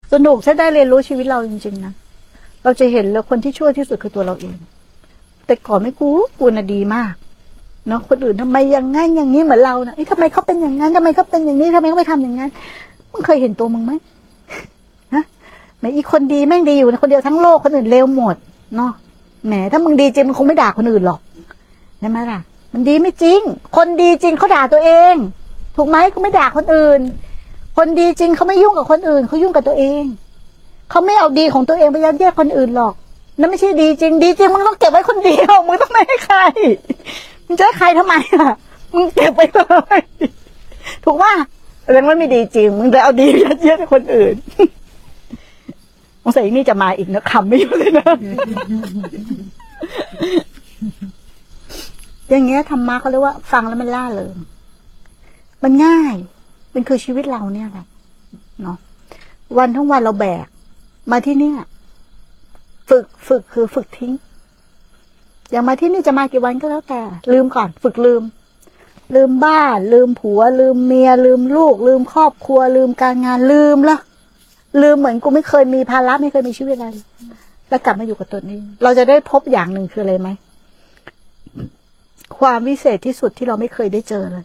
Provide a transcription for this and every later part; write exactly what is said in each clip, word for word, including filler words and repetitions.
สนุกใช้ได้เรียนรู้ชีวิตเราจริงๆนะเราจะเห็นแล้วคนที่ชั่วที่สุดคือตัวเราเองแต่ก่อนไม่กูกูน่ะดีมากเนาะคนอื่นทำไมอย่างงั้นอย่างนี้เหมือนเรานะไอ้ทำไมเขาเป็นอย่างนั้นทำไมเขาเป็นอย่างนี้ทำไมเขาไม่ทำอย่างนั้นมึงเคยเห็นตัวมึงไหมฮะแม้อีคนดีแม่งดีอยู่คนเดียวทั้งโลกคนอื่นเลวหมดเนาะแหมถ้ามึงดีจริงมึงคงไม่ด่าคนอื่นหรอกใช่ไหมล่ะมันดีไม่จริงคนดีจริงเขาด่าตัวเองถูกไหมเขาไม่ด่าคนอื่นคนดีจริงเขาไม่ยุ่งกับคนอื่นเขายุ่งกับตัวเองเขาไม่เอาดีของตัวเองไปยัดเยียดคนอื่นหรอกนั่นไม่ใช่ดีจริงดีจริงมึงต้องเก็บไว้คนเดียวมึงต้องไม่ให้ใครมึงจะให้ใครทำไมอ่ะมึงเก็บไปเลยถูกว่าเรื่องมันไม่ดีจริงมึงจะเอาดียัดเยียดให้คนอื่นสงสัยนี่จะมาอีกนะคำไม่อยู่เลยนะอย่างเงี้ยธรรมะเขาเรียกว่าฟังแล้วมันล่าเริงมันง่ายมันคือชีวิตเราเนี่ยแหละเนาะวันทั้งวันเราแบกมาที่เนี่ยฝึกฝึกคือฝึกทิ้งอย่างมาที่นี่จะมากี่วันก็แล้วแต่ลืมก่อนฝึกลืมลืมบ้านลืมผัวลืมเมียลืมลูกลืมครอบครัวลืมการงานลืมละลืมเหมือนกูไม่เคยมีภาระไม่เคยมีชีวิตอะไรแล้วกลับมาอยู่กับตัวนี้เราจะได้พบอย่างหนึ่งคืออะไรไหมความวิเศษที่สุดที่เราไม่เคยได้เจอเลย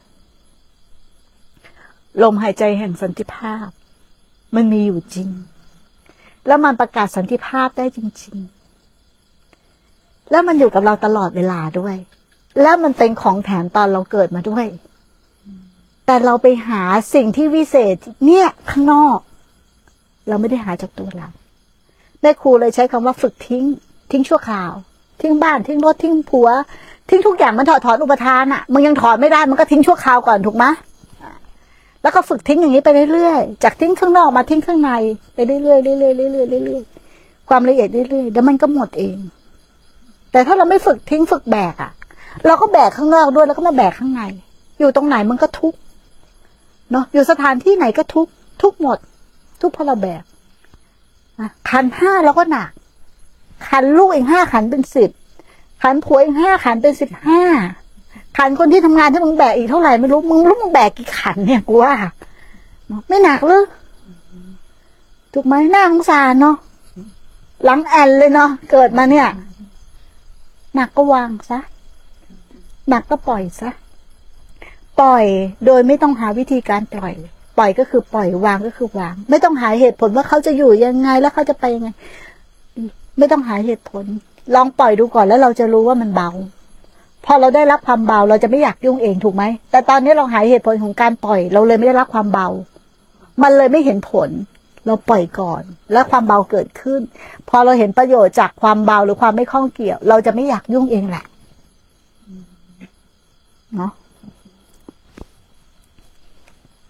ลมหายใจแห่งสันติภาพมันมีอยู่จริงแล้วมันประกาศสันติภาพได้จริงๆแล้วมันอยู่กับเราตลอดเวลาด้วยแล้วมันเป็นของแถมตอนเราเกิดมาด้วยแต่เราไปหาสิ่งที่วิเศษเนี่ยข้างนอกเราไม่ได้หาจากตัวเราแม่ครูเลยใช้คำว่าฝึกทิ้งทิ้งชั่วคราวทิ้งบ้านทิ้งรถทิ้งผัวทิ้งทุกอย่างมันถอดถอนอุปทานอ่ะมึงยังถอนไม่ได้มันก็ทิ้งชั่วคราวก่อนถูกไหมแล้วก็ฝึกทิ้งอย่างนี้ไปเรื่อยๆจากทิ้งข้างนอกมาทิ้งข้างในไปเรื่อยๆเรื่อยๆเรื่อยๆเรื่อยๆความละเอียดเรื่อยๆเดี๋ยวมันก็หมดเองแต่ถ้าเราไม่ฝึกทิ้งฝึกแบกอ่ะเราก็แบกข้างนอกด้วยแล้วก็มาแบกข้างในอยู่ตรงไหนมันก็ทุกข์เนาะอยู่สถานที่ไหนก็ทุกข์ทุกข์หมดทุกข์เพราะเราแบกขันห้าเราก็หนักขันลูกเองห้าขันเป็นสิบขันผัวเองห้าขันเป็นสิบห้าขันคนที่ทำงานที่มึงแบกอีกเท่าไหร่ไม่รู้มึงรู้มึงแบกกี่ขันเนี่ยกูว่าไม่หนักหรือถูกไหมน่าสงสารเนาะหลังแอนเลยเนาะเกิดมาเนี่ยหนักก็วางซะหนักก็ปล่อยซะปล่อยโดยไม่ต้องหาวิธีการปล่อยปล่อยก็คือปล่อยวางก็คือวางไม่ต้องหาเหตุผลว่าเขาจะอยู่ยังไงแล้วเขาจะไปยังไงไม่ต้องหาเหตุผลลองปล่อยดูก่อนแล้วเราจะรู้ว่ามันเบาพอเราได้รับความเบาเราจะไม่อยากยุ่งเองถูกไหมแต่ตอนนี้เราหาเหตุผลของการปล่อยเราเลยไม่ได้รับความเบามันเลยไม่เห็นผลเราปล่อยก่อนแล้วความเบาเกิดขึ้นพอเราเห็นประโยชน์จากความเบาหรือความไม่ข้องเกี่ยวเราจะไม่อยากยุ่งเองแหละเนาะ